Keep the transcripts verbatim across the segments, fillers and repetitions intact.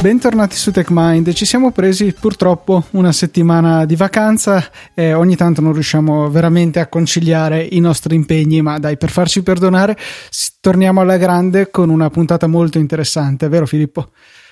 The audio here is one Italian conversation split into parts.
Bentornati su TechMind. Ci siamo presi purtroppo una settimana di vacanza e ogni tanto non riusciamo veramente a conciliare i nostri impegni, ma dai, per farci perdonare torniamo alla grande con una puntata molto interessante, vero Filippo?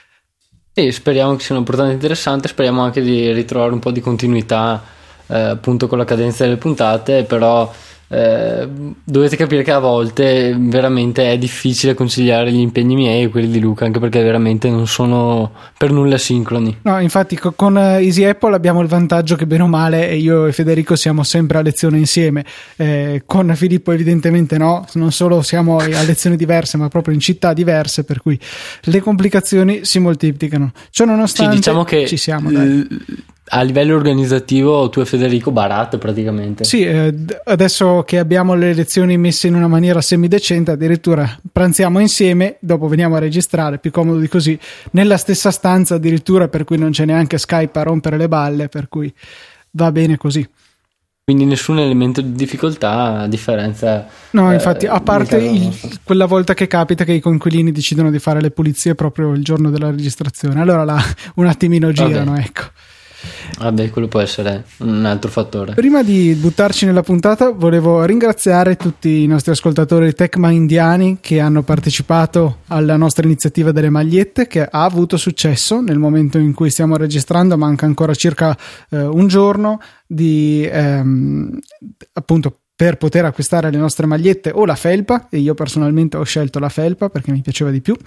E speriamo che sia una puntata interessante, speriamo anche di ritrovare un po' di continuità eh, appunto con la cadenza delle puntate, però eh, dovete capire che a volte veramente è difficile conciliare gli impegni miei e quelli di Luca, anche perché veramente non sono per nulla sincroni. No, infatti co- con Easy Apple abbiamo il vantaggio che bene o male io e Federico siamo sempre a lezione insieme, eh, con Filippo evidentemente no, non solo siamo a lezioni diverse ma proprio in città diverse, per cui le complicazioni si moltiplicano. Ciò nonostante sì, diciamo che ci siamo, dai. A livello organizzativo tu e Federico barate praticamente. Sì, eh, adesso che abbiamo le lezioni messe in una maniera semidecente, addirittura pranziamo insieme, dopo veniamo a registrare, più comodo di così, nella stessa stanza addirittura, per cui non c'è neanche Skype a rompere le balle, per cui va bene così. Quindi nessun elemento di difficoltà, a differenza. No, infatti, eh, a parte il, caso... quella volta che capita che i coinquilini decidono di fare le pulizie proprio il giorno della registrazione, allora là un attimino girano, Vabbè. ecco. Vabbè, quello può essere un altro fattore. Prima di buttarci nella puntata volevo ringraziare tutti i nostri ascoltatori TechMindiani che hanno partecipato alla nostra iniziativa delle magliette, che ha avuto successo. Nel momento in cui stiamo registrando manca ancora circa eh, un giorno di ehm, appunto per poter acquistare le nostre magliette o la felpa, e io personalmente ho scelto la felpa perché mi piaceva di più,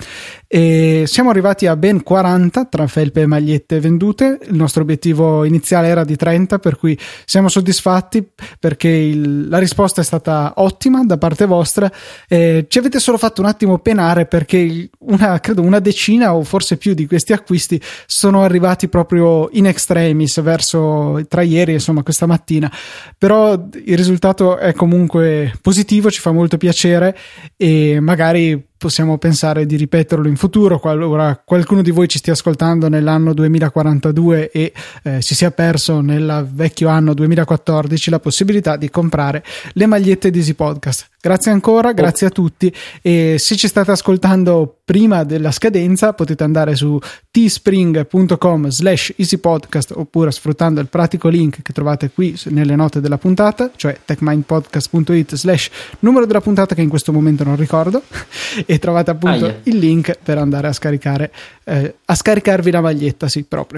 e siamo arrivati a ben quaranta tra felpe e magliette vendute. Il nostro obiettivo iniziale era di trenta, per cui siamo soddisfatti perché il, la risposta è stata ottima da parte vostra. Eh, ci avete solo fatto un attimo penare perché una, credo una decina o forse più di questi acquisti sono arrivati proprio in extremis verso tra ieri e insomma questa mattina, però il risultato è comunque positivo, ci fa molto piacere e magari possiamo pensare di ripeterlo in futuro qualora qualcuno di voi ci stia ascoltando nell'anno duemilaquarantadue e eh, si sia perso nel vecchio anno duemilaquattordici la possibilità di comprare le magliette di Easy Podcast. Grazie ancora, grazie a tutti, e se ci state ascoltando prima della scadenza potete andare su teespring.com slash easypodcast oppure sfruttando il pratico link che trovate qui nelle note della puntata, cioè techmindpodcast.it slash numero della puntata che in questo momento non ricordo, e trovate appunto ah, yeah. il link per andare a scaricare eh, a scaricarvi la maglietta, sì, proprio.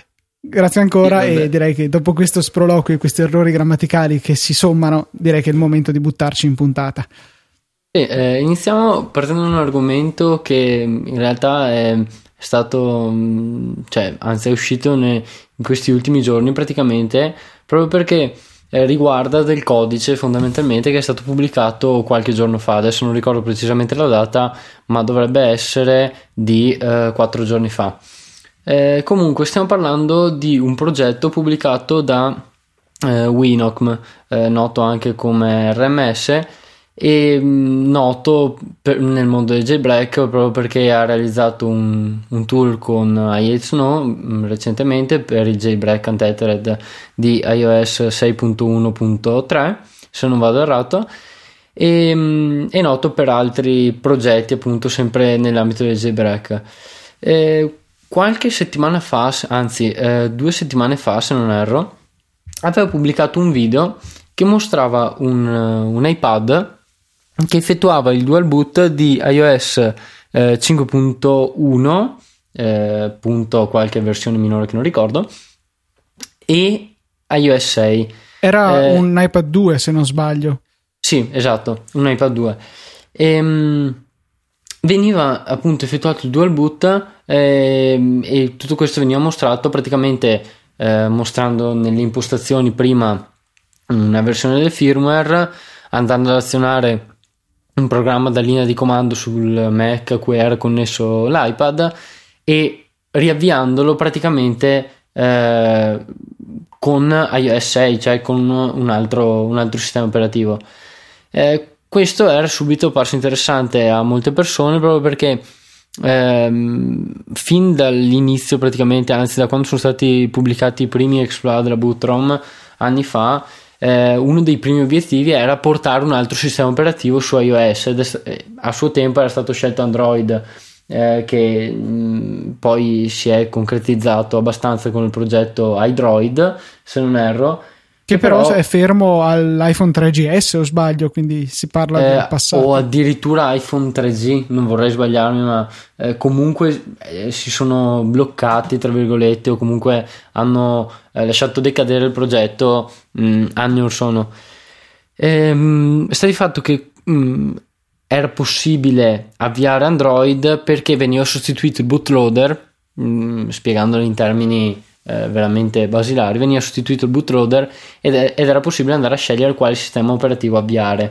Grazie ancora, sì, e direi che dopo questo sproloquio e questi errori grammaticali che si sommano, direi che è il momento di buttarci in puntata. Sì, eh, iniziamo partendo da un argomento che in realtà è stato, cioè anzi è uscito ne, in questi ultimi giorni praticamente, proprio perché Eh, riguarda del codice fondamentalmente che è stato pubblicato qualche giorno fa. Adesso non ricordo precisamente la data, ma dovrebbe essere di eh, quattro giorni fa. Eh, comunque stiamo parlando di un progetto pubblicato da eh, Winocm, eh, noto anche come R M S, e mh, noto per, nel mondo del jailbreak proprio perché ha realizzato un, un tool con I eight Snow mh, recentemente per il jailbreak untethered di iOS sei punto uno punto tre, se non vado errato, e mh, è noto per altri progetti appunto sempre nell'ambito del jailbreak. Eh, qualche settimana fa, anzi eh, due settimane fa se non erro, aveva pubblicato un video che mostrava un, un iPad che effettuava il dual boot di iOS eh, cinque punto uno eh, punto qualche versione minore che non ricordo e iOS sei. Era eh, un iPad due se non sbaglio. Sì, esatto, un iPad due. E, mh, veniva appunto effettuato il dual boot eh, e tutto questo veniva mostrato praticamente eh, mostrando nelle impostazioni prima una versione del firmware, andando ad azionare un programma da linea di comando sul Mac a cui era connesso l'iPad e riavviandolo praticamente eh, con iOS sei, cioè con un altro, un altro sistema operativo. Eh, questo era subito parso interessante a molte persone proprio perché ehm, fin dall'inizio praticamente, anzi da quando sono stati pubblicati i primi exploit della Bootrom anni fa, Eh, uno dei primi obiettivi era portare un altro sistema operativo su iOS ed è, a suo tempo era stato scelto Android eh, che mh, poi si è concretizzato abbastanza con il progetto iDroid, se non erro. Che però, però è fermo all'iPhone tre G S, o sbaglio, quindi si parla eh, del passato. O addirittura iPhone tre G, non vorrei sbagliarmi, ma eh, comunque eh, si sono bloccati, tra virgolette, o comunque hanno eh, lasciato decadere il progetto mh, anni or sono. Ehm, sta di fatto che mh, era possibile avviare Android perché veniva sostituito il bootloader, mh, spiegandolo in termini Eh, veramente basilari, veniva sostituito il bootloader ed, è, ed era possibile andare a scegliere quale sistema operativo avviare.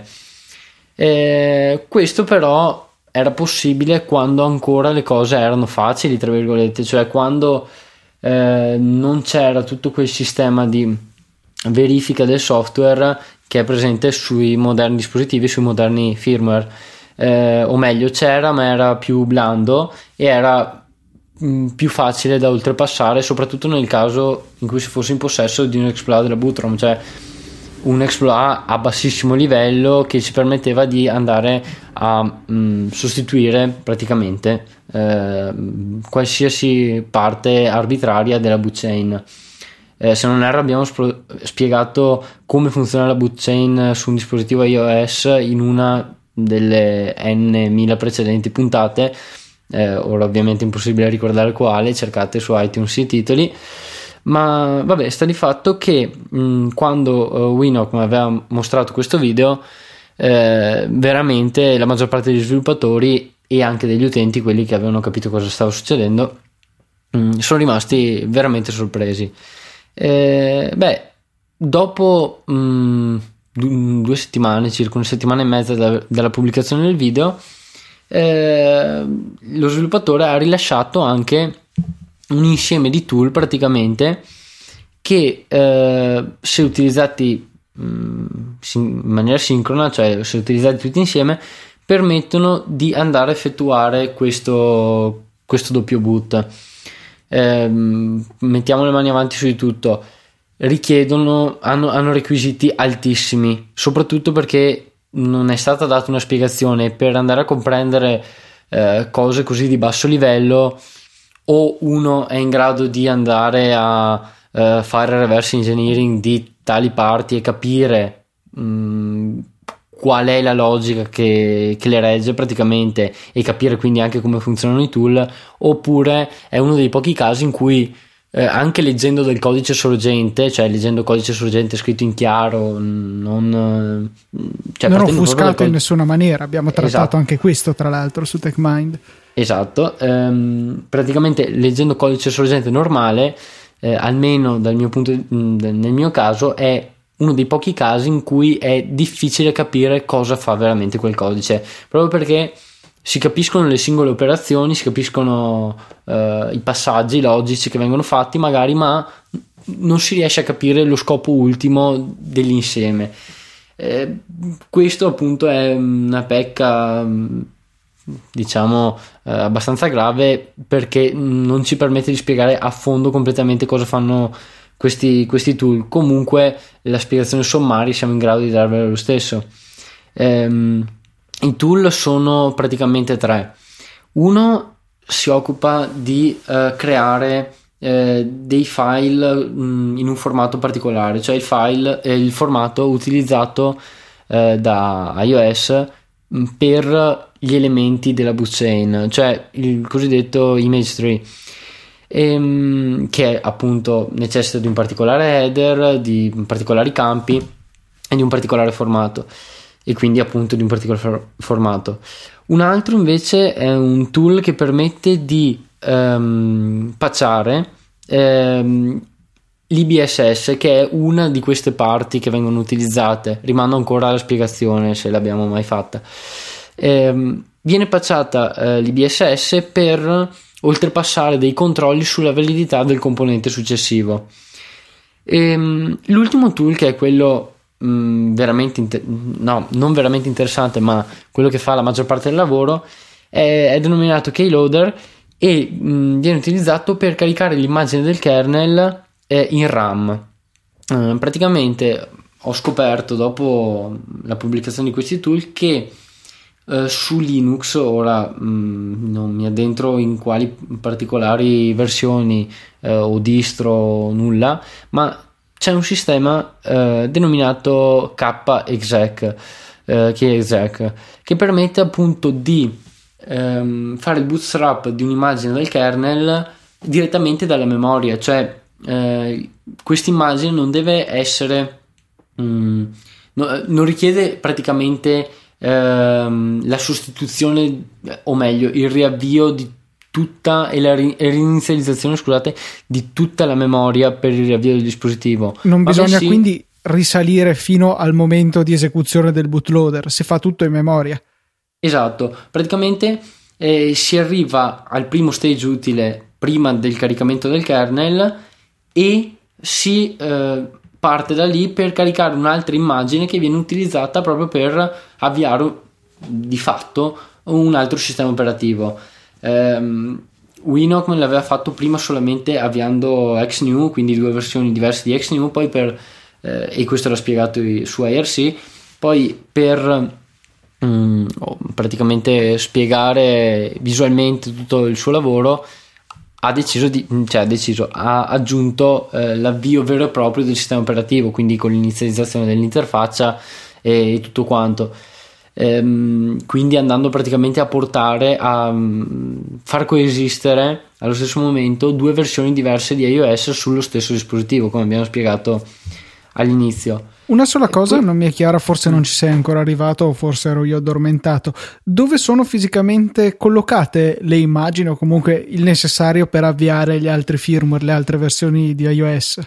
Eh, questo però era possibile quando ancora le cose erano facili, tra virgolette, cioè quando eh, non c'era tutto quel sistema di verifica del software che è presente sui moderni dispositivi, sui moderni firmware, eh, o meglio c'era, ma era più blando e era più facile da oltrepassare, soprattutto nel caso in cui si fosse in possesso di un exploit della boot ROM, cioè un exploit a bassissimo livello che ci permetteva di andare a mh, sostituire praticamente eh, qualsiasi parte arbitraria della boot chain. Eh, se non erro abbiamo sp- spiegato come funziona la boot chain su un dispositivo iOS in una delle n mila precedenti puntate. Eh, ora ovviamente è impossibile ricordare quale, cercate su iTunes i titoli, ma vabbè, sta di fatto che mh, quando uh, Winock mi aveva mostrato questo video, eh, veramente la maggior parte degli sviluppatori e anche degli utenti, quelli che avevano capito cosa stava succedendo, mh, sono rimasti veramente sorpresi. Eh, beh, dopo mh, due settimane, circa una settimana e mezza da, dalla pubblicazione del video, Eh, lo sviluppatore ha rilasciato anche un insieme di tool praticamente che eh, se utilizzati mh, in maniera sincrona, cioè se utilizzati tutti insieme, permettono di andare a effettuare questo, questo doppio boot. Eh, mettiamo le mani avanti su di tutto, richiedono hanno, hanno requisiti altissimi, soprattutto perché non è stata data una spiegazione. Per andare a comprendere eh, cose così di basso livello, o uno è in grado di andare a eh, fare reverse engineering di tali parti e capire mh, qual è la logica che, che le regge praticamente, e capire quindi anche come funzionano i tool, oppure è uno dei pochi casi in cui Eh, anche leggendo del codice sorgente, cioè leggendo codice sorgente scritto in chiaro, non, cioè non offuscato codice... in nessuna maniera. Abbiamo trattato esatto. anche questo tra l'altro su TechMind. Esatto, ehm, praticamente leggendo codice sorgente normale, eh, almeno dal mio punto di, nel mio caso è uno dei pochi casi in cui è difficile capire cosa fa veramente quel codice, proprio perché si capiscono le singole operazioni, si capiscono uh, i passaggi logici che vengono fatti magari, ma non si riesce a capire lo scopo ultimo dell'insieme. Eh, questo appunto è una pecca, diciamo, eh, abbastanza grave, perché non ci permette di spiegare a fondo completamente cosa fanno questi, questi tool. Comunque la spiegazione sommaria siamo in grado di darvela lo stesso. Ehm, I tool sono praticamente tre. Uno si occupa di uh, creare uh, dei file mh, in un formato particolare, cioè il file è il formato utilizzato uh, da iOS mh, per gli elementi della boot chain, cioè il cosiddetto image tree, ehm, che appunto necessita di un particolare header, di particolari campi e di un particolare formato, e quindi appunto di un particolare for- formato. Un altro invece è un tool che permette di um, patchare um, l'I B S S, che è una di queste parti che vengono utilizzate. Rimando ancora alla spiegazione, se l'abbiamo mai fatta. Um, viene patchata uh, l'I B S S per oltrepassare dei controlli sulla validità del componente successivo. E, um, l'ultimo tool, che è quello Mm, veramente inter- no, non veramente interessante, ma quello che fa la maggior parte del lavoro, è, è denominato Keyloader e mh, viene utilizzato per caricare l'immagine del kernel eh, in RAM. Eh, praticamente ho scoperto dopo la pubblicazione di questi tool che eh, su Linux. Ora mh, non mi addentro in quali particolari versioni eh, o distro, nulla, ma c'è un sistema eh, denominato K-exec, eh, che, è exec, che permette appunto di ehm, fare il bootstrap di un'immagine del kernel direttamente dalla memoria, cioè eh, questa immagine non deve essere mh, no, non richiede praticamente ehm, la sostituzione, o meglio il riavvio di tutta e la ri- rinizializzazione, scusate, di tutta la memoria per il riavvio del dispositivo. Non Ma bisogna bensì, quindi risalire fino al momento di esecuzione del bootloader, si fa tutto in memoria. esatto, praticamente eh, si arriva al primo stage utile prima del caricamento del kernel e si eh, parte da lì per caricare un'altra immagine che viene utilizzata proprio per avviare di fatto un altro sistema operativo. Um, Winoc me l'aveva fatto prima solamente avviando Xnew, quindi due versioni diverse di Xnew, poi per eh, e questo l'ha spiegato su I R C, poi per um, praticamente spiegare visualmente tutto il suo lavoro ha deciso di, cioè ha deciso, ha aggiunto eh, l'avvio vero e proprio del sistema operativo, quindi con l'inizializzazione dell'interfaccia e tutto quanto. Ehm, quindi andando praticamente a portare a um, far coesistere allo stesso momento due versioni diverse di iOS sullo stesso dispositivo, come abbiamo spiegato all'inizio. Una sola cosa non mi è chiara, forse non ci sei ancora arrivato o forse ero io addormentato: dove sono fisicamente collocate le immagini o comunque il necessario per avviare gli altri firmware, le altre versioni di iOS?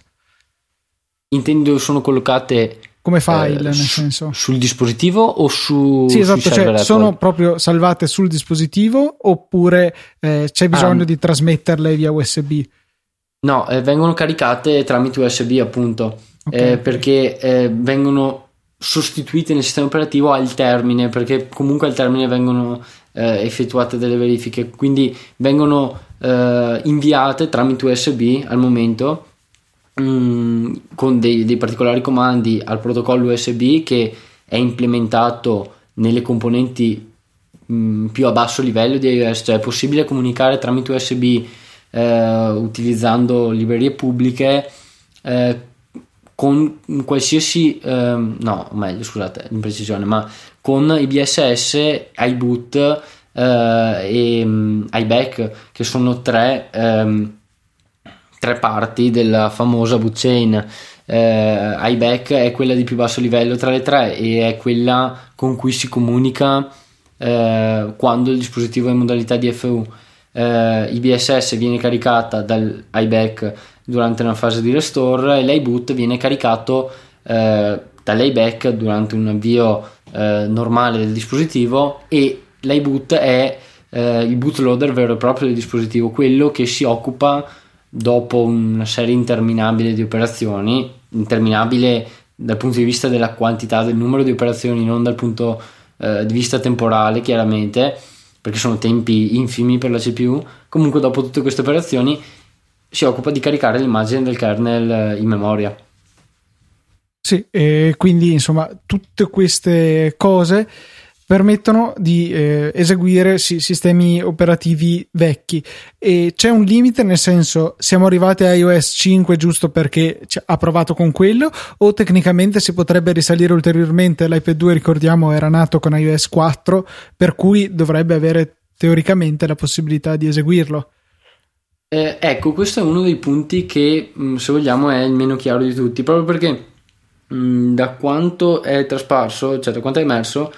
Intendo sono collocate come file, eh, nel su, senso sul dispositivo o su sì, esatto, sui cioè server sono Apple? proprio salvate sul dispositivo oppure eh, c'è bisogno Ah, di trasmetterle via U S B? no, eh, vengono caricate tramite U S B appunto. Okay. Eh, perché eh, vengono sostituite nel sistema operativo al termine, perché comunque al termine vengono eh, effettuate delle verifiche, quindi vengono eh, inviate tramite U S B al momento mh, con dei, dei particolari comandi al protocollo U S B che è implementato nelle componenti mh, più a basso livello di iOS, cioè è possibile comunicare tramite U S B eh, utilizzando librerie pubbliche eh, con qualsiasi ehm, no, o meglio, scusate l'imprecisione, ma con i B S S, iBoot eh, e um, iBack, che sono tre ehm, tre parti della famosa boot chain. eh, iBack è quella di più basso livello tra le tre e è quella con cui si comunica eh, quando il dispositivo è in modalità D F U. eh, I B S S viene caricata dall'iBack durante una fase di restore e l'iBoot viene caricato eh, dall'iBack durante un avvio eh, normale del dispositivo, e l'iBoot è eh, il bootloader vero e proprio del dispositivo, quello che si occupa dopo una serie interminabile di operazioni, interminabile dal punto di vista della quantità, del numero di operazioni, non dal punto eh, di vista temporale chiaramente, perché sono tempi infimi per la C P U. Comunque dopo tutte queste operazioni si occupa di caricare l'immagine del kernel in memoria. Sì, e quindi insomma tutte queste cose permettono di eh, eseguire sì, sistemi operativi vecchi. E c'è un limite, nel senso, siamo arrivati a iOS cinque giusto perché ha provato con quello, o tecnicamente si potrebbe risalire ulteriormente? L'iPad due, ricordiamo, era nato con iOS quattro, per cui dovrebbe avere teoricamente la possibilità di eseguirlo. Eh, ecco, questo è uno dei punti che, mh, se vogliamo, è il meno chiaro di tutti, proprio perché mh, da quanto è trasparso, cioè da quanto è emerso,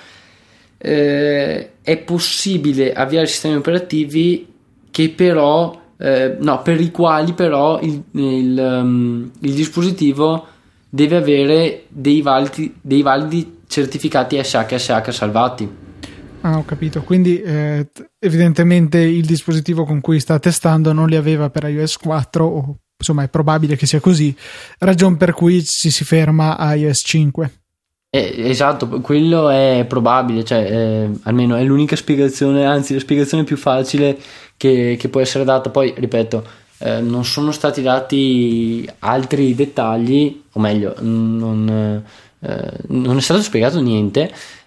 eh, è possibile avviare sistemi operativi che però, eh, no, per i quali però il, il, um, il dispositivo deve avere dei validi, dei validi certificati S H S H salvati. Ah, ho capito. Quindi eh, evidentemente il dispositivo con cui sta testando non li aveva per iOS quattro, o insomma è probabile che sia così, ragion per cui ci si ferma a iOS cinque. Eh, esatto, quello è probabile, cioè eh, almeno è l'unica spiegazione, anzi la spiegazione più facile che, che può essere data. Poi ripeto, eh, non sono stati dati altri dettagli, o meglio non, eh, non è stato spiegato niente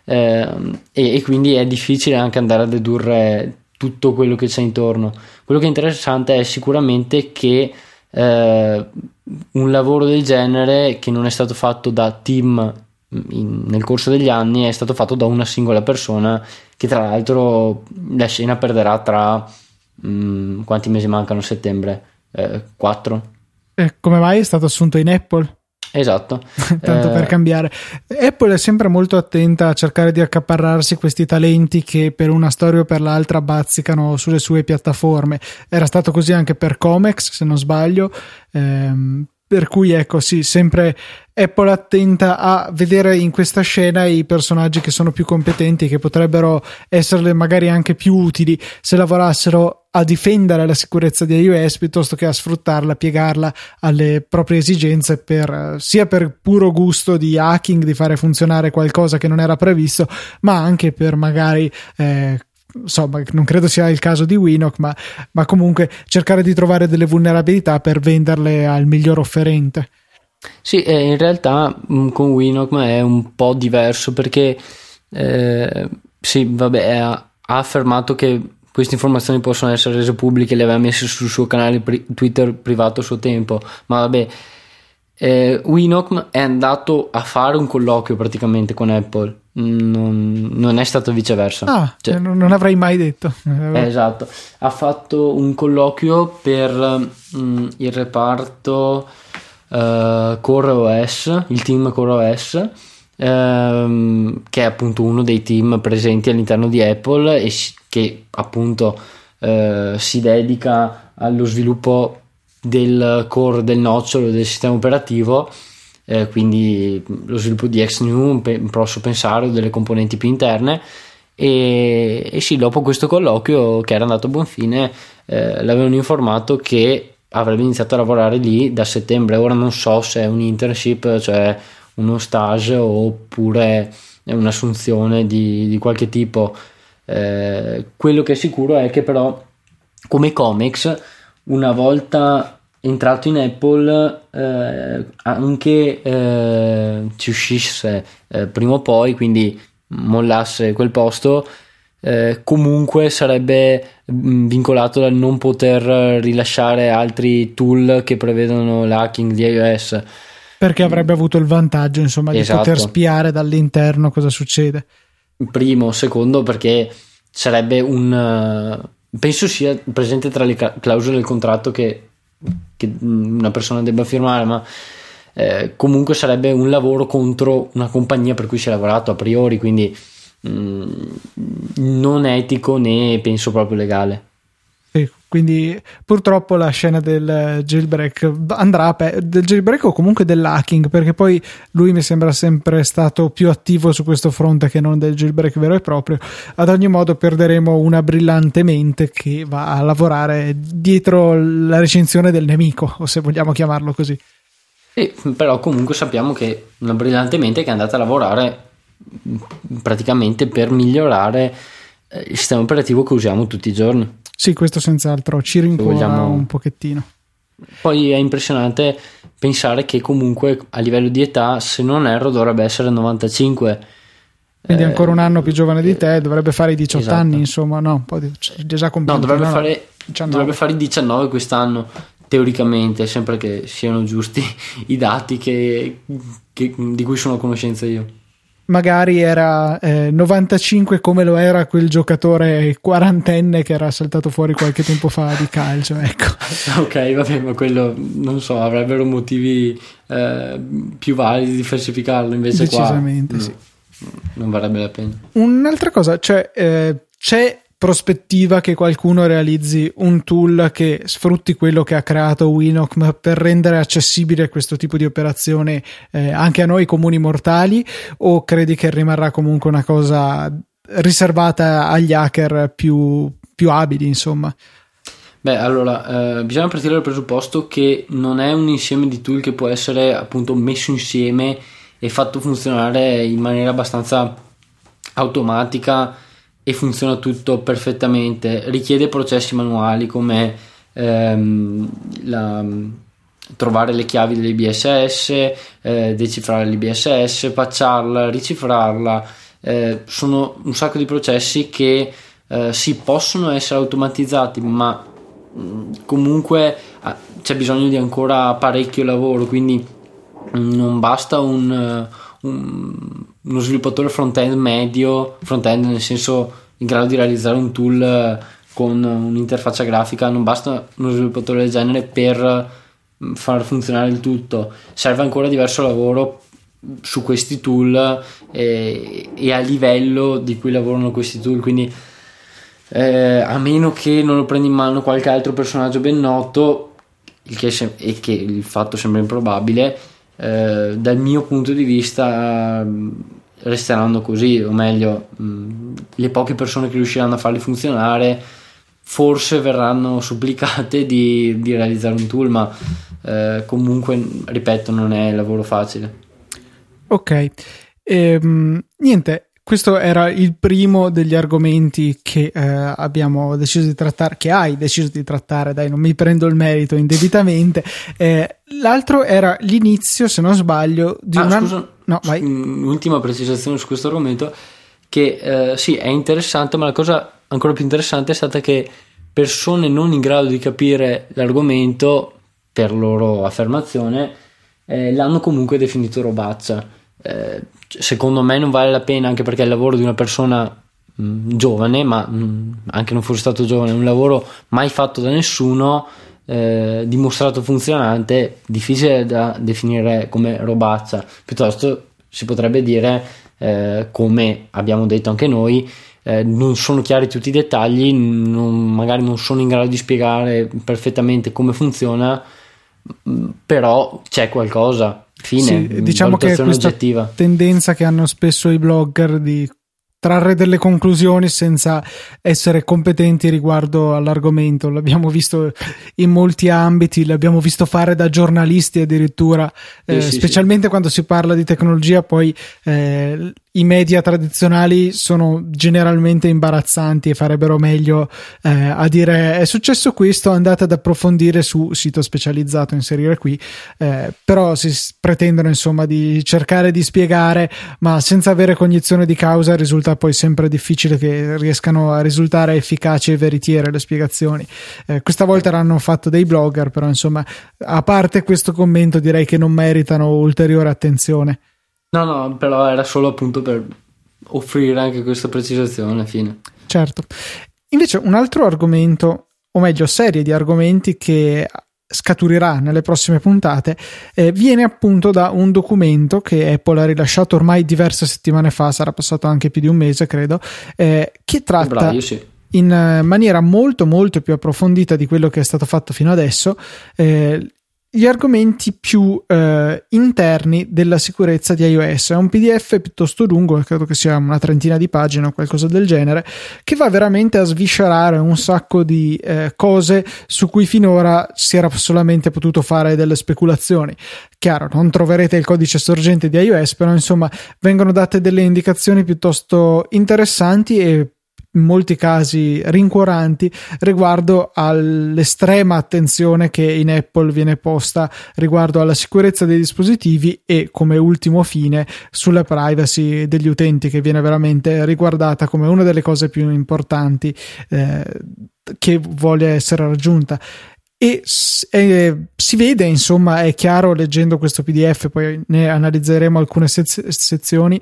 eh, e, e quindi è difficile anche andare a dedurre tutto quello che c'è intorno. Quello che è interessante è sicuramente che eh, un lavoro del genere, che non è stato fatto da team in, nel corso degli anni, è stato fatto da una singola persona, che tra l'altro la scena perderà tra mh, quanti mesi mancano? Settembre? Eh, quattro? Eh, come mai è stato assunto in Apple? Esatto. Tanto eh, per cambiare. Apple è sempre molto attenta a cercare di accaparrarsi questi talenti che per una storia o per l'altra bazzicano sulle sue piattaforme. Era stato così anche per Comex, se non sbaglio, ehm, per cui ecco, sì, sempre Apple attenta a vedere in questa scena i personaggi che sono più competenti, che potrebbero esserle magari anche più utili se lavorassero a difendere la sicurezza di iOS piuttosto che a sfruttarla, piegarla alle proprie esigenze, per sia per puro gusto di hacking, di fare funzionare qualcosa che non era previsto, ma anche per magari eh, insomma, non credo sia il caso di Winoc, ma, ma comunque cercare di trovare delle vulnerabilità per venderle al miglior offerente. Sì, eh, in realtà mh, con Winoc è un po' diverso, perché eh, sì, vabbè, ha, ha affermato che queste informazioni possono essere rese pubbliche, le aveva messe sul suo canale pri- Twitter privato a suo tempo, ma vabbè, eh, Winoc è andato a fare un colloquio praticamente con Apple, non, non è stato viceversa. Ah, cioè, non, non avrei mai detto. Eh, esatto, ha fatto un colloquio per mh, il reparto uh, CoreOS, il team CoreOS, ehm, che è appunto uno dei team presenti all'interno di Apple e si, che appunto eh, si dedica allo sviluppo del core, del nocciolo del sistema operativo, eh, quindi lo sviluppo di Xnew, posso pensare, delle componenti più interne. E, e sì, dopo questo colloquio, che era andato a buon fine, eh, l'avevano informato che avrebbe iniziato a lavorare lì da settembre. Ora non so se è un internship, cioè uno stage, oppure è un'assunzione di, di qualche tipo. Eh, quello che è sicuro è che però, come Comex, una volta entrato in Apple, eh, anche eh, ci uscisse eh, prima o poi, quindi mollasse quel posto, eh, comunque sarebbe mh, vincolato dal non poter rilasciare altri tool che prevedono l'hacking di iOS, perché avrebbe avuto il vantaggio, insomma, esatto, di poter spiare dall'interno cosa succede. Primo, secondo, perché sarebbe un uh, penso sia presente tra le clausole del contratto che, che una persona debba firmare, ma eh, comunque sarebbe un lavoro contro una compagnia per cui si è lavorato a priori, quindi mh, non etico né penso proprio legale. Sì, quindi purtroppo la scena del jailbreak andrà a pe- del jailbreak o comunque dell'hacking, perché poi lui mi sembra sempre stato più attivo su questo fronte che non del jailbreak vero e proprio. Ad ogni modo perderemo una brillante mente che va a lavorare dietro la recinzione del nemico, o se vogliamo chiamarlo così. Sì, però comunque sappiamo che una brillante mente che è andata a lavorare praticamente per migliorare il sistema operativo che usiamo tutti i giorni. Sì, questo senz'altro ci rincuora vogliamo... un pochettino. Poi è impressionante pensare che comunque a livello di età, se non erro, dovrebbe essere novantacinque. Quindi eh, ancora un anno più giovane di te, dovrebbe fare i diciotto esatto. anni, insomma, no, un po' di, già compiuti, no, dovrebbe no, fare no, dovrebbe fare i diciannove quest'anno, teoricamente, sempre che siano giusti i dati che, che, di cui sono a conoscenza io. Magari era eh, novantacinque come lo era quel giocatore quarantenne che era saltato fuori qualche tempo fa di calcio, ecco. Ok, vabbè, ma quello non so, avrebbero motivi eh, più validi di falsificarlo, invece decisamente qua sì. no, non varrebbe la pena. Un'altra cosa, cioè eh, c'è prospettiva che qualcuno realizzi un tool che sfrutti quello che ha creato Winoc per rendere accessibile questo tipo di operazione eh, anche a noi comuni mortali, o credi che rimarrà comunque una cosa riservata agli hacker più, più abili, insomma? Beh, allora, eh, bisogna partire dal presupposto che non è un insieme di tool che può essere appunto messo insieme e fatto funzionare in maniera abbastanza automatica e funziona tutto perfettamente. Richiede processi manuali come ehm, la, trovare le chiavi dell'I B S S, eh, decifrare l'I B S S, patcharla, ricifrarla, eh, sono un sacco di processi che eh, sì, possono essere automatizzati, ma mh, comunque ah, c'è bisogno di ancora parecchio lavoro, quindi mh, non basta un, un, uno sviluppatore front-end medio, front-end nel senso in grado di realizzare un tool eh, con un'interfaccia grafica, non basta uno sviluppatore del genere per far funzionare il tutto, serve ancora diverso lavoro su questi tool e, e a livello di cui lavorano questi tool, quindi eh, a meno che non lo prendi in mano qualche altro personaggio ben noto, il che sem- e che il fatto sembra improbabile, eh, dal mio punto di vista resteranno così, o meglio mh, le poche persone che riusciranno a farli funzionare forse verranno supplicate di, di realizzare un tool, ma eh, comunque ripeto non è lavoro facile. Ok, ehm, niente, questo era il primo degli argomenti che eh, abbiamo deciso di trattare, che hai deciso di trattare, dai, non mi prendo il merito indebitamente. Eh, l'altro era l'inizio, se non sbaglio, di ah, una... scusa, no, vai. Un'ultima precisazione su questo argomento, che eh, sì, è interessante, ma la cosa ancora più interessante è stata che persone non in grado di capire l'argomento, per loro affermazione, eh, l'hanno comunque definito robaccia. Eh, secondo me non vale la pena, anche perché è il lavoro di una persona mh, giovane, ma mh, anche non fosse stato giovane, un lavoro mai fatto da nessuno, eh, dimostrato funzionante, difficile da definire come robaccia. Piuttosto si potrebbe dire, eh, come abbiamo detto anche noi, eh, non sono chiari tutti i dettagli, non, magari non sono in grado di spiegare perfettamente come funziona, però c'è qualcosa. Fine, sì, diciamo che questa oggettiva. Tendenza che hanno spesso i blogger di trarre delle conclusioni senza essere competenti riguardo all'argomento, l'abbiamo visto in molti ambiti, l'abbiamo visto fare da giornalisti addirittura, eh, sì, specialmente sì. Quando si parla di tecnologia, poi eh, i media tradizionali sono generalmente imbarazzanti e farebbero meglio eh, a dire è successo questo, andate ad approfondire su sito specializzato, inserire qui, eh, però si pretendono insomma di cercare di spiegare, ma senza avere cognizione di causa risulta poi sempre difficile che riescano a risultare efficaci e veritiere le spiegazioni. Eh, questa volta l'hanno fatto dei blogger, però insomma, a parte questo commento, direi che non meritano ulteriore attenzione. No, no, però era solo appunto per offrire anche questa precisazione, fine. Certo. Invece un altro argomento, o meglio serie di argomenti che scaturirà nelle prossime puntate, eh, viene appunto da un documento che Apple ha rilasciato ormai diverse settimane fa, sarà passato anche più di un mese credo, eh, che tratta Braio, sì. in maniera molto molto più approfondita di quello che è stato fatto fino adesso eh, gli argomenti più eh, interni della sicurezza di iOS. È un P D F piuttosto lungo, credo che sia una trentina di pagine o qualcosa del genere, che va veramente a sviscerare un sacco di eh, cose su cui finora si era solamente potuto fare delle speculazioni. Chiaro, non troverete il codice sorgente di iOS, però insomma vengono date delle indicazioni piuttosto interessanti e in molti casi rincuoranti riguardo all'estrema attenzione che in Apple viene posta riguardo alla sicurezza dei dispositivi e, come ultimo fine, sulla privacy degli utenti, che viene veramente riguardata come una delle cose più importanti eh, che vuole essere raggiunta. E eh, si vede, insomma, è chiaro leggendo questo P D F, poi ne analizzeremo alcune sez- sezioni,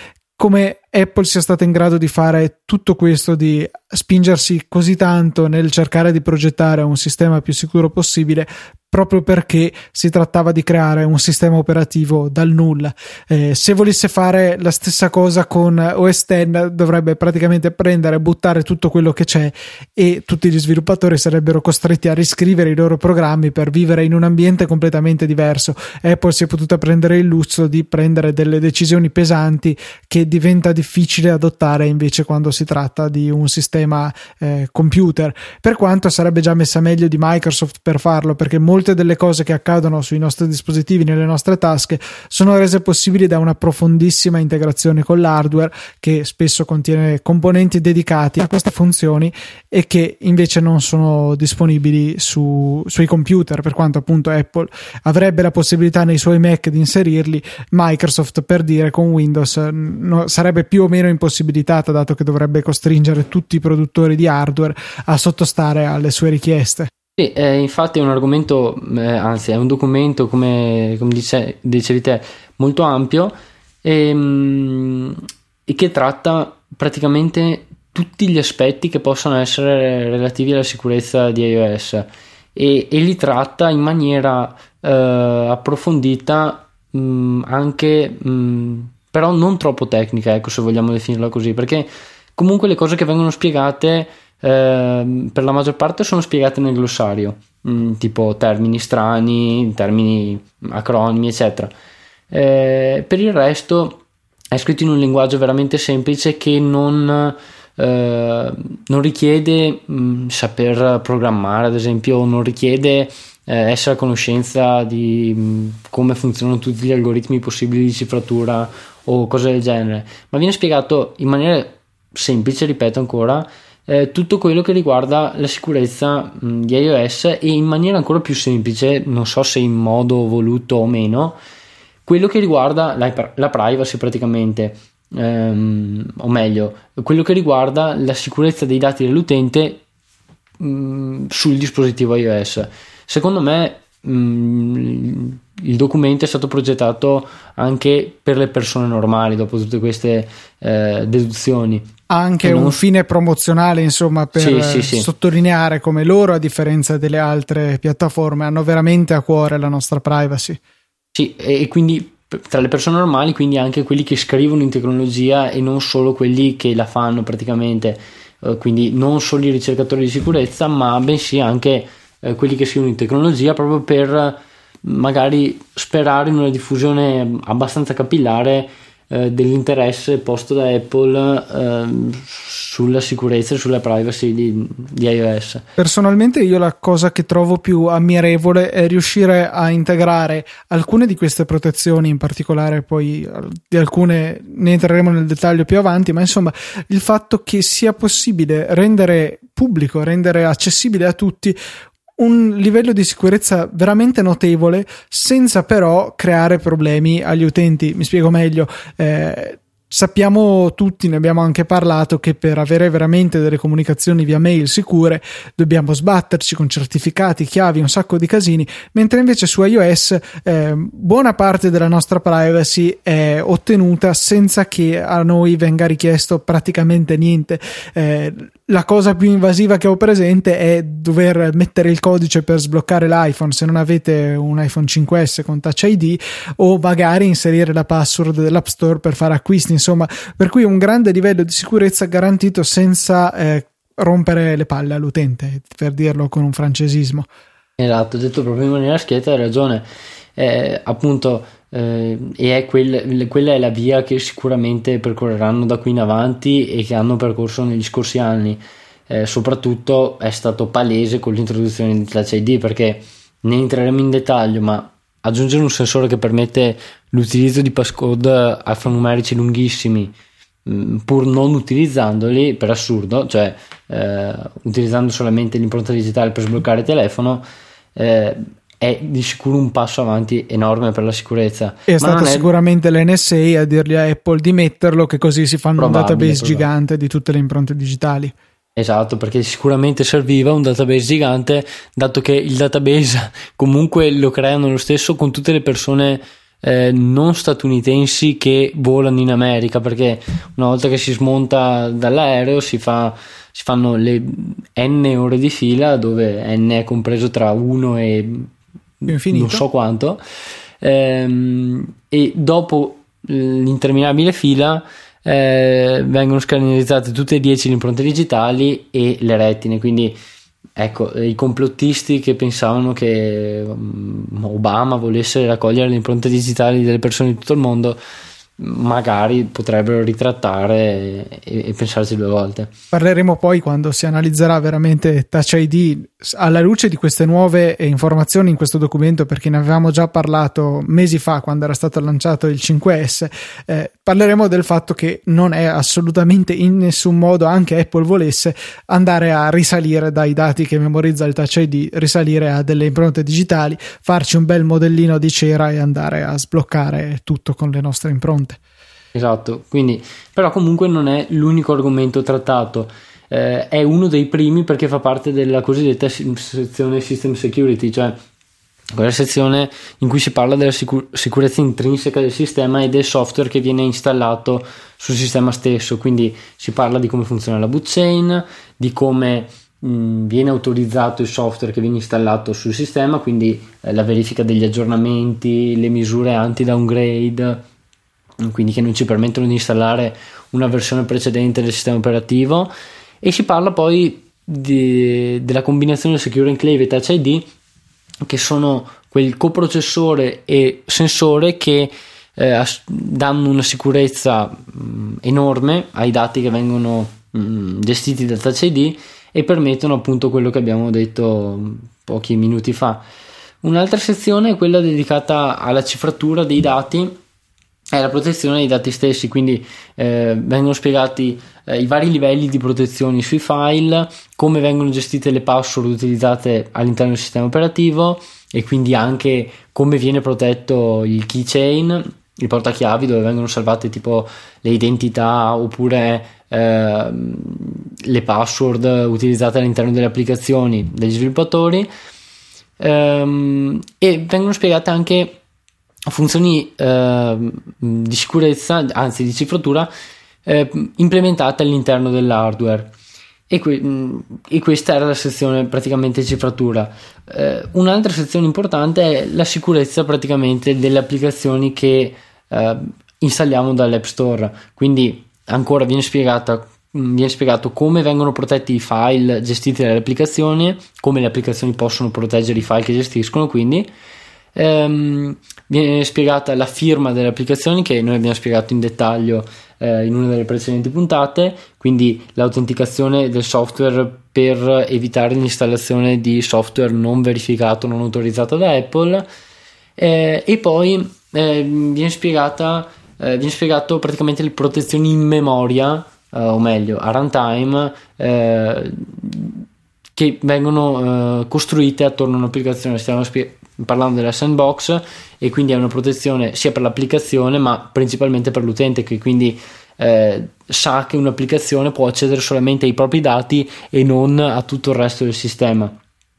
come Apple sia stata in grado di fare tutto questo, di spingersi così tanto nel cercare di progettare un sistema più sicuro possibile, proprio perché si trattava di creare un sistema operativo dal nulla. Eh, se volesse fare la stessa cosa con O S dieci dovrebbe praticamente prendere e buttare tutto quello che c'è, e tutti gli sviluppatori sarebbero costretti a riscrivere i loro programmi per vivere in un ambiente completamente diverso. Apple si è potuta prendere il lusso di prendere delle decisioni pesanti che diventa difficile adottare invece quando si tratta di un sistema eh, computer, per quanto sarebbe già messa meglio di Microsoft per farlo, perché molti molte delle cose che accadono sui nostri dispositivi, nelle nostre tasche, sono rese possibili da una profondissima integrazione con l'hardware, che spesso contiene componenti dedicati a queste funzioni e che invece non sono disponibili su, sui computer, per quanto appunto Apple avrebbe la possibilità nei suoi Mac di inserirli. Microsoft, per dire, con Windows no, sarebbe più o meno impossibilitata, dato che dovrebbe costringere tutti i produttori di hardware a sottostare alle sue richieste. Sì, eh, infatti è un argomento, eh, anzi è un documento, come, come dice, dicevi te, molto ampio e, mh, e che tratta praticamente tutti gli aspetti che possono essere relativi alla sicurezza di iOS e, e li tratta in maniera eh, approfondita, mh, anche mh, però non troppo tecnica, ecco, se vogliamo definirla così, perché comunque le cose che vengono spiegate eh, per la maggior parte sono spiegate nel glossario, mh, tipo termini strani, termini acronimi, eccetera. Eh, per il resto è scritto in un linguaggio veramente semplice che non eh, non richiede mh, saper programmare, ad esempio, non richiede eh, essere a conoscenza di mh, come funzionano tutti gli algoritmi possibili di cifratura o cose del genere, ma viene spiegato in maniera semplice, ripeto ancora, eh, tutto quello che riguarda la sicurezza mh, di iOS, e in maniera ancora più semplice, non so se in modo voluto o meno, quello che riguarda la, la privacy praticamente, ehm, o meglio, quello che riguarda la sicurezza dei dati dell'utente mh, sul dispositivo iOS. Secondo me mh, il documento è stato progettato anche per le persone normali, dopo tutte queste eh, deduzioni. Ha anche non... un fine promozionale, insomma, per sì, sì, sì. sottolineare come loro, a differenza delle altre piattaforme, hanno veramente a cuore la nostra privacy. Sì, e quindi tra le persone normali, quindi anche quelli che scrivono in tecnologia e non solo quelli che la fanno praticamente, eh, quindi non solo i ricercatori di sicurezza, ma bensì anche eh, quelli che scrivono in tecnologia, proprio per magari sperare in una diffusione abbastanza capillare eh, dell'interesse posto da Apple eh, sulla sicurezza e sulla privacy di, di iOS. Personalmente io la cosa che trovo più ammirevole è riuscire a integrare alcune di queste protezioni, in particolare poi di alcune ne entreremo nel dettaglio più avanti, ma insomma il fatto che sia possibile rendere pubblico, rendere accessibile a tutti un livello di sicurezza veramente notevole, senza però creare problemi agli utenti. Mi spiego meglio. Eh, Sappiamo tutti, ne abbiamo anche parlato, che per avere veramente delle comunicazioni via mail sicure dobbiamo sbatterci con certificati, chiavi, un sacco di casini, mentre invece su iOS eh, buona parte della nostra privacy è ottenuta senza che a noi venga richiesto praticamente niente. Eh, la cosa più invasiva che ho presente è dover mettere il codice per sbloccare l'iPhone se non avete un iPhone cinque esse con Touch I D, o magari inserire la password dell'App Store per fare acquisti. Insomma, per cui un grande livello di sicurezza garantito senza eh, rompere le palle all'utente, per dirlo con un francesismo. Esatto, detto proprio in maniera schietta, hai ragione. Eh, appunto, eh, e è quel, quella è la via che sicuramente percorreranno da qui in avanti e che hanno percorso negli scorsi anni. Eh, soprattutto è stato palese con l'introduzione di Touch I D, perché ne entreremo in dettaglio, ma aggiungere un sensore che permette l'utilizzo di passcode alfanumerici lunghissimi pur non utilizzandoli, per assurdo, cioè eh, utilizzando solamente l'impronta digitale per sbloccare il telefono, eh, è di sicuro un passo avanti enorme per la sicurezza. È Ma stata sicuramente è... l'N S A a dirgli a Apple di metterlo, che così si fanno probabile, un database probabile. gigante di tutte le impronte digitali. Esatto, perché sicuramente serviva un database gigante, dato che il database comunque lo creano lo stesso con tutte le persone eh, non statunitensi che volano in America, perché una volta che si smonta dall'aereo si fa si fanno le n ore di fila, dove n è compreso tra uno e infinito, non so quanto, ehm, e dopo l'interminabile fila Eh, vengono scannerizzate tutte e dieci le impronte digitali e le retine. Quindi ecco, i complottisti che pensavano che um, Obama volesse raccogliere le impronte digitali delle persone di tutto il mondo magari potrebbero ritrattare e, e pensarci due volte. Parleremo poi, quando si analizzerà veramente Touch I D alla luce di queste nuove informazioni in questo documento, perché ne avevamo già parlato mesi fa quando era stato lanciato il cinque S. Eh, parleremo del fatto che non è assolutamente in nessun modo, anche Apple volesse, andare a risalire dai dati che memorizza il Touch I D, risalire a delle impronte digitali, farci un bel modellino di cera e andare a sbloccare tutto con le nostre impronte. Esatto, quindi però comunque non è l'unico argomento trattato, eh, è uno dei primi perché fa parte della cosiddetta sezione System Security, cioè quella sezione in cui si parla della sicur- sicurezza intrinseca del sistema e del software che viene installato sul sistema stesso. Quindi si parla di come funziona la boot chain, di come mh, viene autorizzato il software che viene installato sul sistema, quindi eh, la verifica degli aggiornamenti, le misure anti-downgrade, quindi che non ci permettono di installare una versione precedente del sistema operativo. E si parla poi di, della combinazione Secure Enclave e Touch I D, che sono quel coprocessore e sensore che eh, danno una sicurezza mh, enorme ai dati che vengono mh, gestiti da Touch I D e permettono appunto quello che abbiamo detto pochi minuti fa. Un'altra sezione è quella dedicata alla cifratura dei dati e alla protezione dei dati stessi, quindi eh, vengono spiegati eh, i vari livelli di protezione sui file, come vengono gestite le password utilizzate all'interno del sistema operativo e quindi anche come viene protetto il keychain, il portachiavi, dove vengono salvate tipo le identità oppure eh, le password utilizzate all'interno delle applicazioni degli sviluppatori, ehm, e vengono spiegate anche funzioni eh, di sicurezza, anzi di cifratura, eh, implementate all'interno dell'hardware. E, qui, e questa era la sezione praticamente cifratura. Eh, un'altra sezione importante è la sicurezza praticamente delle applicazioni che eh, installiamo dall'App Store. Quindi ancora viene spiegata viene spiegato come vengono protetti i file gestiti dalle applicazioni, come le applicazioni possono proteggere i file che gestiscono, quindi ehm, viene spiegata la firma delle applicazioni, che noi abbiamo spiegato in dettaglio eh, in una delle precedenti puntate, quindi l'autenticazione del software per evitare l'installazione di software non verificato, non autorizzato da Apple, eh, e poi eh, viene spiegata eh, viene spiegato praticamente le protezioni in memoria, eh, o meglio a runtime, eh, che vengono eh, costruite attorno a un'applicazione. Stiamo spie- parlando della sandbox, e quindi è una protezione sia per l'applicazione ma principalmente per l'utente, che quindi eh, sa che un'applicazione può accedere solamente ai propri dati e non a tutto il resto del sistema.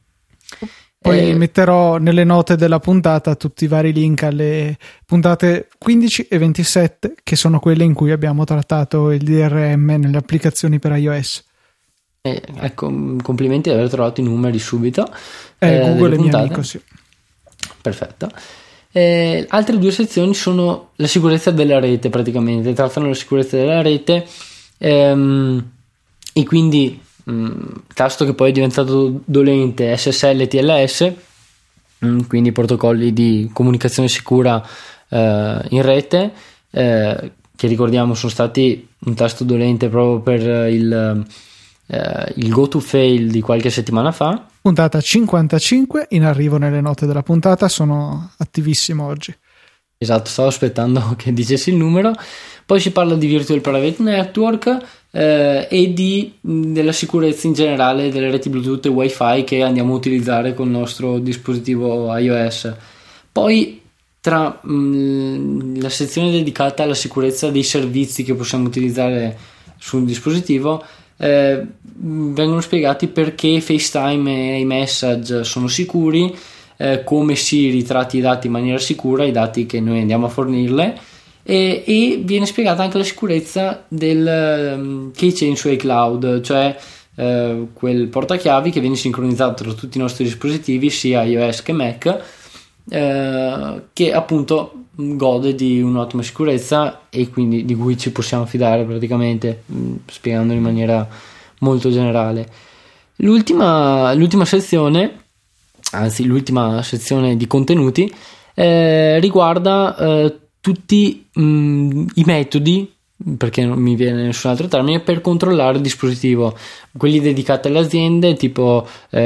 Poi eh, metterò nelle note della puntata tutti i vari link alle puntate quindici e ventisette, che sono quelle in cui abbiamo trattato il D R M nelle applicazioni per iOS. eh, ecco, complimenti ad aver trovato i numeri subito. eh, eh, Google è mio amico, sì. Perfetto. Eh, altre due sezioni sono la sicurezza della rete, praticamente trattano la sicurezza della rete, ehm, e quindi mh, tasto che poi è diventato dolente, S S L T L S, mh, quindi protocolli di comunicazione sicura eh, in rete, eh, che ricordiamo sono stati un tasto dolente proprio per il, eh, il go to fail di qualche settimana fa. Puntata cinquantacinque, in arrivo nelle note della puntata, sono attivissimo oggi. Esatto, stavo aspettando che dicessi il numero. Poi si parla di Virtual Private Network eh, e di, della sicurezza in generale delle reti Bluetooth e Wi-Fi che andiamo a utilizzare con il nostro dispositivo iOS. Poi tra mh, la sezione dedicata alla sicurezza dei servizi che possiamo utilizzare sul dispositivo, Eh, vengono spiegati perché FaceTime e iMessage sono sicuri, eh, come si ritratti i dati in maniera sicura, i dati che noi andiamo a fornirle, e, e viene spiegata anche la sicurezza del um, keychain su iCloud, cioè eh, quel portachiavi che viene sincronizzato tra tutti i nostri dispositivi, sia iOS che Mac, eh, che appunto gode di un'ottima sicurezza e quindi di cui ci possiamo fidare praticamente, mh, spiegandolo in maniera molto generale. L'ultima, l'ultima sezione, anzi l'ultima sezione di contenuti, eh, riguarda eh, tutti mh, i metodi, perché non mi viene nessun altro termine, per controllare il dispositivo, quelli dedicati alle aziende, tipo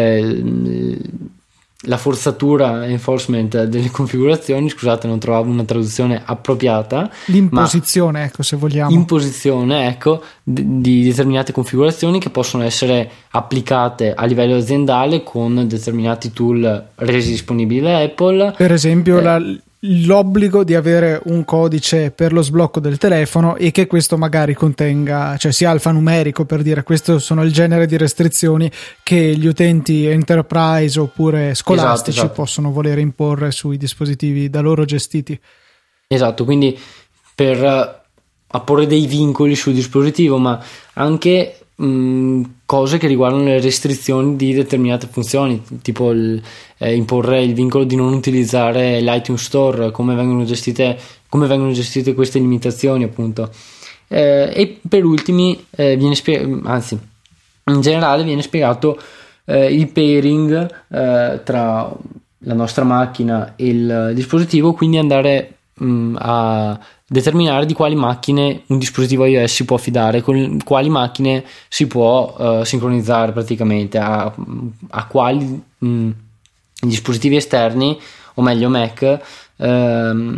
eh, la forzatura enforcement delle configurazioni, scusate non trovavo una traduzione appropriata, l'imposizione, ecco, se vogliamo imposizione, ecco, d- di determinate configurazioni che possono essere applicate a livello aziendale con determinati tool resi disponibili da Apple, per esempio eh, la l'obbligo di avere un codice per lo sblocco del telefono e che questo magari contenga, cioè sia alfanumerico, per dire questo sono il genere di restrizioni che gli utenti enterprise oppure scolastici esatto, esatto. possono voler imporre sui dispositivi da loro gestiti. Esatto, quindi per apporre dei vincoli sul dispositivo, ma anche mh, cose che riguardano le restrizioni di determinate funzioni, tipo il, eh, imporre il vincolo di non utilizzare l'iTunes Store, come vengono gestite, come vengono gestite queste limitazioni, appunto. Eh, e per ultimi eh, viene spiegato, anzi, in generale viene spiegato eh, il pairing eh, tra la nostra macchina e il dispositivo, quindi andare mh, a determinare di quali macchine un dispositivo iOS si può fidare, con quali macchine si può uh, sincronizzare praticamente, a, a quali mh, dispositivi esterni, o meglio Mac, ehm,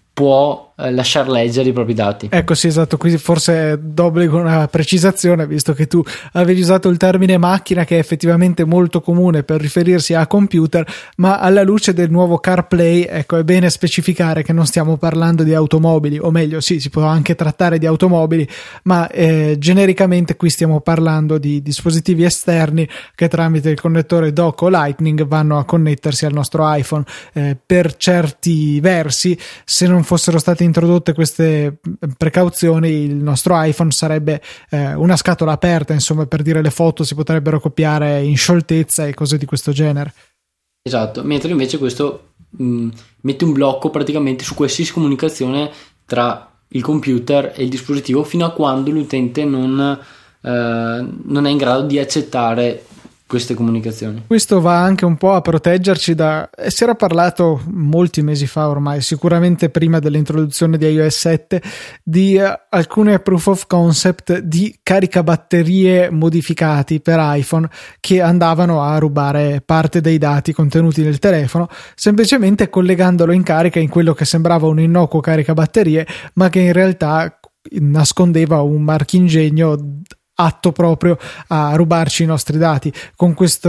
può eh, lasciar leggere i propri dati. Ecco, sì, esatto, qui forse d'obbligo una precisazione, visto che tu avevi usato il termine macchina, che è effettivamente molto comune per riferirsi a computer, ma alla luce del nuovo CarPlay, ecco, è bene specificare che non stiamo parlando di automobili, o meglio, sì, si può anche trattare di automobili, ma eh, genericamente qui stiamo parlando di dispositivi esterni che tramite il connettore dock o Lightning vanno a connettersi al nostro iPhone. Eh, per certi versi, se non fossero state introdotte queste precauzioni, il nostro iPhone sarebbe eh, una scatola aperta, insomma, per dire, le foto si potrebbero copiare in scioltezza e cose di questo genere. Esatto, mentre invece questo mh, mette un blocco praticamente su qualsiasi comunicazione tra il computer e il dispositivo fino a quando l'utente non, eh, non è in grado di accettare queste comunicazioni. Questo va anche un po' a proteggerci da... si era parlato molti mesi fa ormai, sicuramente prima dell'introduzione di iOS sette, di uh, alcune proof of concept di caricabatterie modificati per iPhone che andavano a rubare parte dei dati contenuti nel telefono, semplicemente collegandolo in carica in quello che sembrava un innocuo caricabatterie, ma che in realtà nascondeva un marchingegno atto proprio a rubarci i nostri dati. Con questo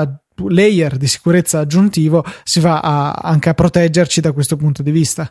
layer di sicurezza aggiuntivo si va a, anche a proteggerci da questo punto di vista.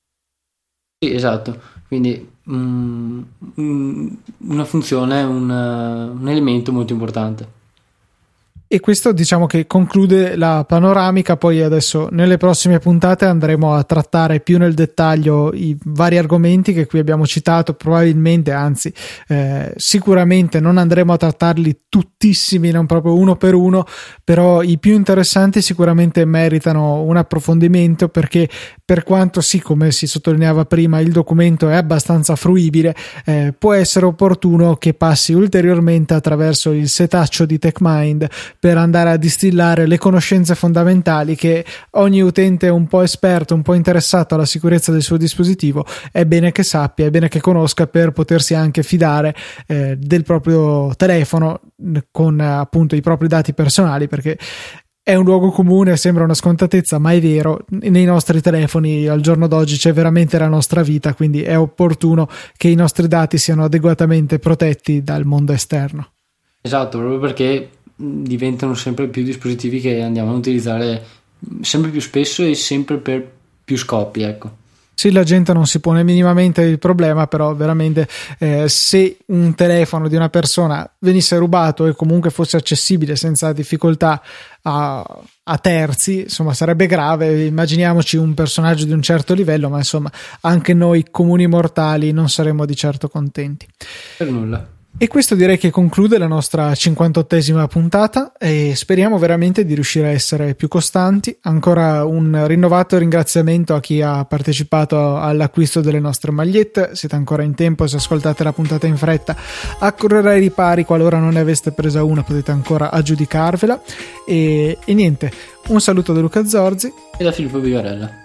Sì, esatto, quindi um, una funzione, un, un elemento molto importante. E questo, diciamo, che conclude la panoramica. Poi adesso nelle prossime puntate andremo a trattare più nel dettaglio i vari argomenti che qui abbiamo citato, probabilmente, anzi eh, sicuramente non andremo a trattarli tuttissimi, non proprio uno per uno, però i più interessanti sicuramente meritano un approfondimento, perché per quanto sì, come si sottolineava prima, il documento è abbastanza fruibile, eh, può essere opportuno che passi ulteriormente attraverso il setaccio di TechMind per andare a distillare le conoscenze fondamentali che ogni utente un po' esperto, un po' interessato alla sicurezza del suo dispositivo è bene che sappia, è bene che conosca, per potersi anche fidare eh, del proprio telefono con appunto i propri dati personali, perché è un luogo comune, sembra una scontatezza, ma è vero, nei nostri telefoni al giorno d'oggi c'è veramente la nostra vita, quindi è opportuno che i nostri dati siano adeguatamente protetti dal mondo esterno. Esatto, proprio perché diventano sempre più dispositivi che andiamo a utilizzare sempre più spesso e sempre per più scopi, ecco. Sì, la gente non si pone minimamente il problema, però veramente eh, se un telefono di una persona venisse rubato e comunque fosse accessibile senza difficoltà a, a terzi, insomma sarebbe grave. Immaginiamoci un personaggio di un certo livello, ma insomma anche noi comuni mortali non saremmo di certo contenti. Per nulla. E questo direi che conclude la nostra cinquantottesima puntata e speriamo veramente di riuscire a essere più costanti. Ancora un rinnovato ringraziamento a chi ha partecipato all'acquisto delle nostre magliette. Siete ancora in tempo, se ascoltate la puntata in fretta, a correre ai ripari. Qualora non ne aveste presa una, potete ancora aggiudicarvela. E, e niente, un saluto da Luca Zorzi e da Filippo Bigarella.